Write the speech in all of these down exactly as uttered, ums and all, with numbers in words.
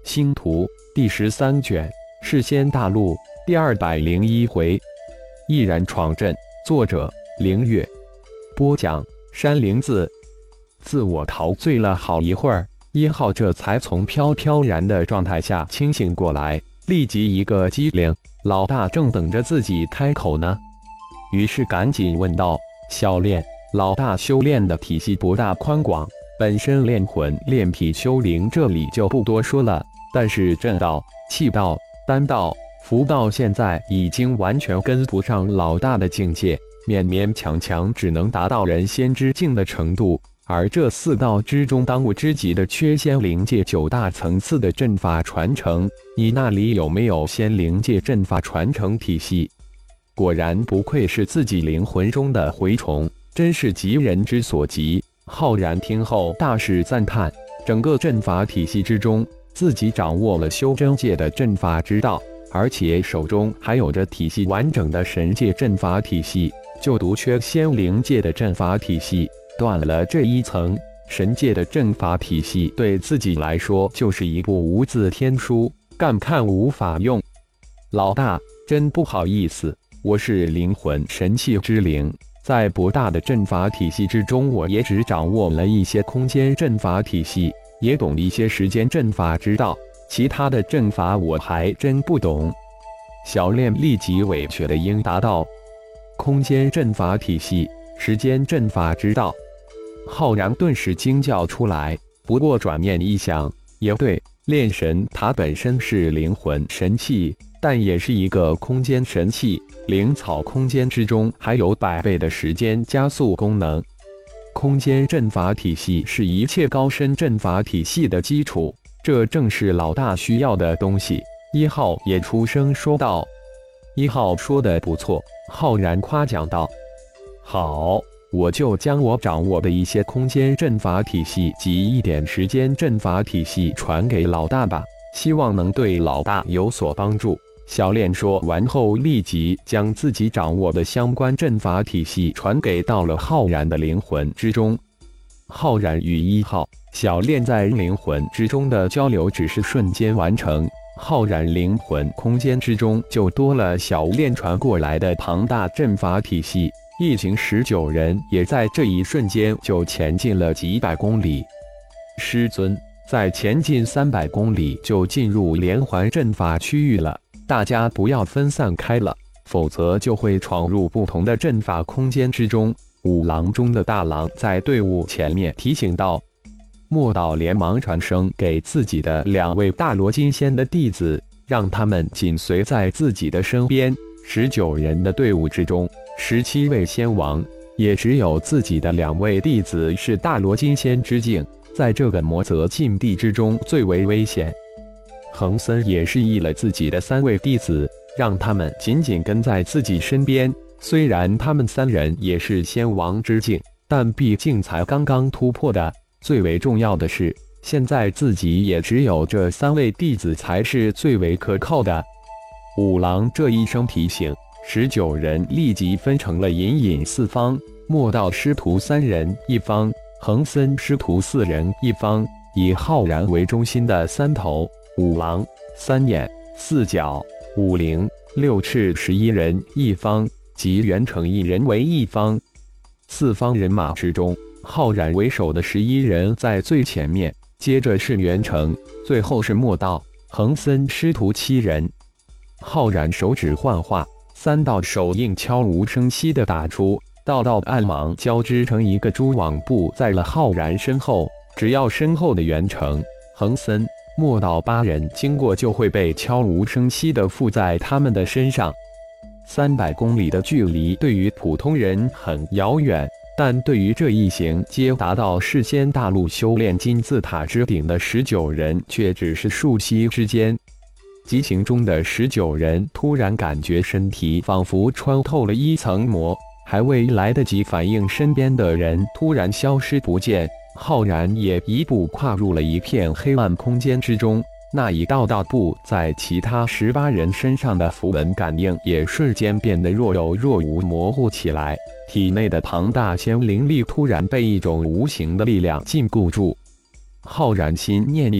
星图第十三卷，世仙大陆第二百零一回，毅然闯阵。作者：凌月。播讲：山灵子。自我陶醉了好一会儿，一号这才从飘飘然的状态下清醒过来，立即一个机灵，老大正等着自己开口呢。于是赶紧问道：“小炼，老大修炼的体系博大宽广，本身炼魂、炼体、修灵这里就不多说了，但是阵道、气道、丹道、符道现在已经完全跟不上老大的境界，勉勉强强只能达到人仙之境的程度。而这四道之中，当务之急的缺仙灵界九大层次的阵法传承，你那里有没有仙灵界阵法传承体系？”果然不愧是自己灵魂中的蛔虫，真是急人之所急。浩然听后大是赞叹，整个阵法体系之中，自己掌握了修真界的阵法之道，而且手中还有着体系完整的神界阵法体系，就独缺仙灵界的阵法体系。断了这一层，神界的阵法体系对自己来说就是一部无字天书，干看无法用。老大，真不好意思，我是灵魂神器之灵，在博大的阵法体系之中，我也只掌握了一些空间阵法体系，也懂一些时间阵法之道，其他的阵法我还真不懂。小炼立即委屈地应答道：“空间阵法体系，时间阵法之道。”浩然顿时惊叫出来，不过转念一想，也对，炼神它本身是灵魂神器，但也是一个空间神器，灵草空间之中还有百倍的时间加速功能。空间阵法体系是一切高深阵法体系的基础，这正是老大需要的东西。一号也出声说道：“一号说的不错。”浩然夸奖道：“好，我就将我掌握的一些空间阵法体系及一点时间阵法体系传给老大吧，希望能对老大有所帮助。”小炼说完后，立即将自己掌握的相关阵法体系传给到了浩然的灵魂之中。浩然与一号、小炼在灵魂之中的交流只是瞬间完成，浩然灵魂空间之中就多了小炼传过来的庞大阵法体系。一行十九人也在这一瞬间就前进了几百公里。师尊，再前进三百公里就进入连环阵法区域了，大家不要分散开了，否则就会闯入不同的阵法空间之中。五郎中的大郎在队伍前面提醒道。莫道连忙传声给自己的两位大罗金仙的弟子，让他们紧随在自己的身边。十九人的队伍之中，十七位仙王，也只有自己的两位弟子是大罗金仙之境，在这个魔泽禁地之中最为危险。恒森也示意了自己的三位弟子，让他们紧紧跟在自己身边。虽然他们三人也是仙王之境，但毕竟才刚刚突破的。最为重要的是，现在自己也只有这三位弟子才是最为可靠的。五郎这一声提醒，十九人立即分成了隐隐四方，莫道师徒三人一方，恒森师徒四人一方，以浩然为中心的三头、五郎、三眼、四角、五灵、六翅十一人一方，及元成一人为一方。四方人马之中，浩然为首的十一人在最前面，接着是元成，最后是莫道、恒森师徒七人。浩然手指幻化，三道手印悄无声息地打出，道道暗芒交织成一个蛛网布在了浩然身后。只要身后的元成、恒森、莫道八人经过，就会被悄无声息地附在他们的身上。三百公里的距离对于普通人很遥远，但对于这一行皆达到世仙大陆修炼金字塔之顶的十九人，却只是瞬息之间。急行中的十九人突然感觉身体仿佛穿透了一层膜，还未来得及反应，身边的人突然消失不见。浩然也一步跨入了一片黑暗空间之中，那一道道布在其他十八人身上的符文感应也瞬间变得若有若无，模糊起来。体内的庞大仙灵力突然被一种无形的力量禁锢住。浩然心念一转，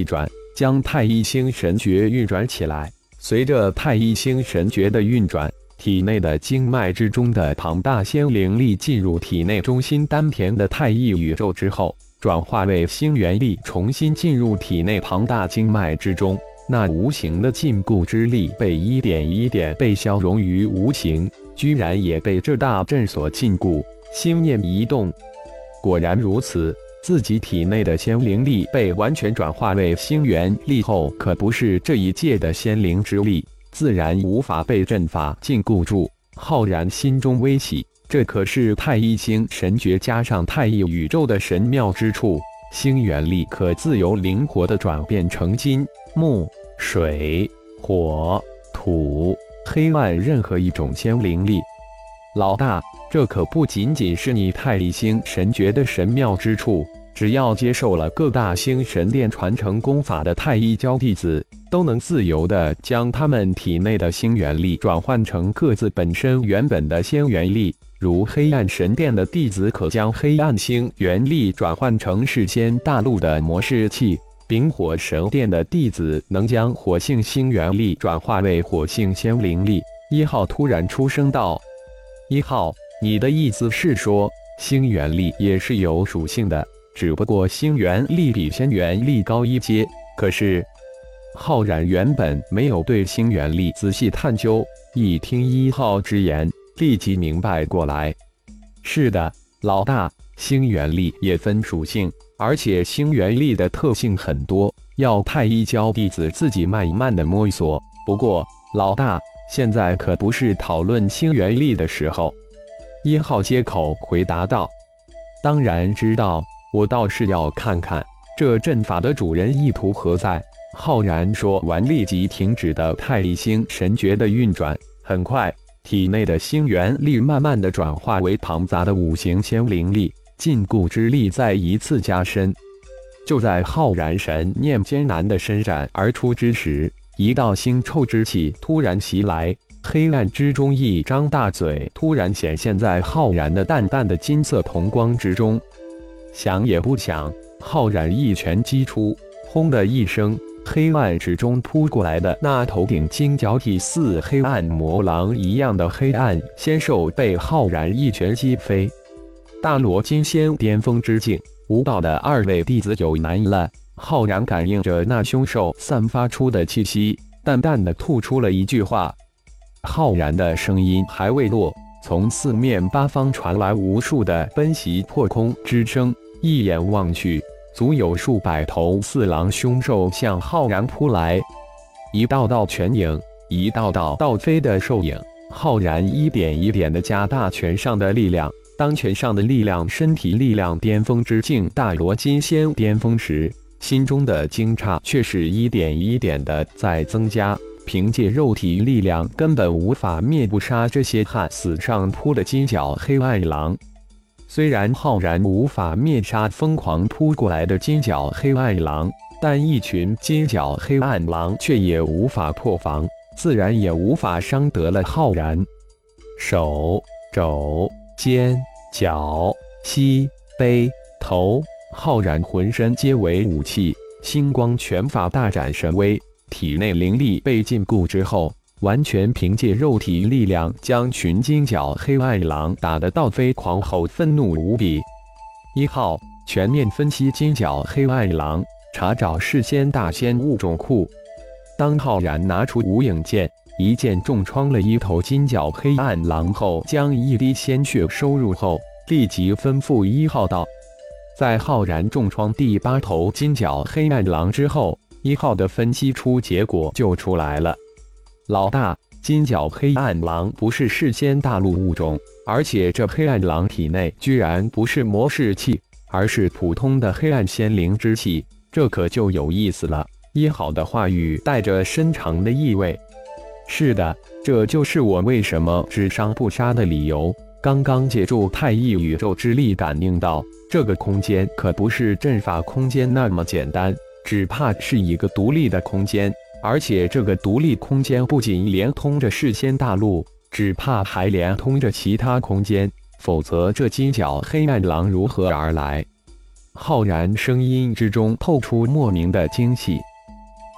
将太一星神诀运转起来。随着太一星神诀的运转，体内的经脉之中的庞大仙灵力进入体内中心丹田的太一宇宙之后，转化为星元力，重新进入体内庞大经脉之中。那无形的禁锢之力被一点一点被消融于无形，居然也被这大阵所禁锢。心念一动，果然如此。自己体内的仙灵力被完全转化为星元力后，可不是这一界的仙灵之力，自然无法被阵法禁锢住。浩然心中微喜，这可是太一星神诀加上太一宇宙的神妙之处。星元力可自由灵活地转变成金、木、水、火、土、黑暗任何一种仙灵力。老大，这可不仅仅是你太一星神诀的神妙之处，只要接受了各大星神殿传承功法的太一教弟子，都能自由地将他们体内的星元力转换成各自本身原本的仙元力。如黑暗神殿的弟子可将黑暗星元力转换成世仙大陆的魔士气，丙火神殿的弟子能将火性星元力转化为火性仙灵力。一号突然出声道：一号，你的意思是说，星元力也是有属性的，只不过星元力比仙元力高一阶。可是，浩然原本没有对星元力仔细探究，一听一号之言，立即明白过来。是的，老大，星元力也分属性，而且星元力的特性很多，要太一教弟子自己慢慢的摸索。不过，老大，现在可不是讨论星元力的时候。一号接口回答道：当然知道，我倒是要看看这阵法的主人意图何在。浩然说完，立即停止的太一星神诀的运转。很快，体内的星元力慢慢的转化为庞杂的五行仙灵力，禁锢之力再一次加深。就在浩然神念艰难的伸展而出之时，一道腥臭之气突然袭来。黑暗之中，一张大嘴突然显现在浩然的淡淡的金色瞳光之中。想也不想，浩然一拳击出，轰的一声，黑暗之中扑过来的那头顶金角体似黑暗魔狼一样的黑暗仙兽被浩然一拳击飞。大罗金仙巅峰之境，无道的二位弟子有难了。浩然感应着那凶兽散发出的气息，淡淡的吐出了一句话。浩然的声音还未落，从四面八方传来无数的奔袭破空之声。一眼望去，足有数百头四狼凶兽向浩然扑来，一道道拳影，一道道倒飞的兽影。浩然一点一点地加大拳上的力量，当拳上的力量身体力量巅峰之境大罗金仙巅峰时，心中的惊诧却是一点一点地在增加。凭借肉体力量根本无法灭不杀这些悍死上扑的金角黑暗狼。虽然浩然无法灭杀疯狂扑过来的金角黑暗狼，但一群金角黑暗狼却也无法破防，自然也无法伤得了浩然。手、肘、肩、脚、膝、背、头，浩然浑身皆为武器，星光拳法大展神威。体内灵力被禁锢之后，完全凭借肉体力量将群金角黑暗狼打得倒飞狂吼，愤怒无比。一号，全面分析金角黑暗狼，查找世仙大仙物种库。当浩然拿出无影剑，一剑重创了一头金角黑暗狼后，将一滴鲜血收入后，立即吩咐一号道：在浩然重创第八头金角黑暗狼之后，一号的分析出结果就出来了。老大，金角黑暗狼不是世仙大陆物种，而且这黑暗狼体内居然不是魔士气，而是普通的黑暗仙灵之气，这可就有意思了。一号的话语带着深长的意味。是的，这就是我为什么只伤不杀的理由。刚刚借助太一宇宙之力感应到，这个空间可不是阵法空间那么简单，只怕是一个独立的空间，而且这个独立空间不仅连通着世仙大陆，只怕还连通着其他空间，否则这金角黑暗狼如何而来？浩然声音之中透出莫名的惊喜。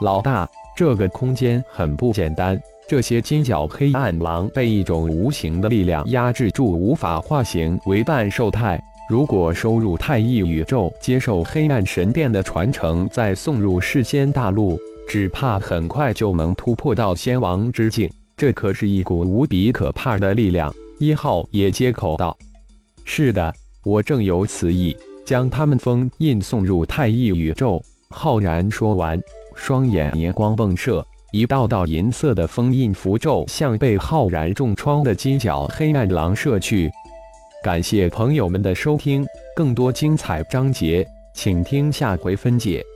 老大，这个空间很不简单。这些金角黑暗狼被一种无形的力量压制住，无法化形为半兽态。如果收入太一宇宙，接受黑暗神殿的传承，再送入世仙大陆，只怕很快就能突破到仙王之境。这可是一股无比可怕的力量。一号也接口道：“是的，我正有此意，将他们封印送入太一宇宙。”浩然说完，双眼银光迸射。一道道银色的封印符咒向被浩然重创的金角黑暗狼射去。感谢朋友们的收听，更多精彩章节，请听下回分解。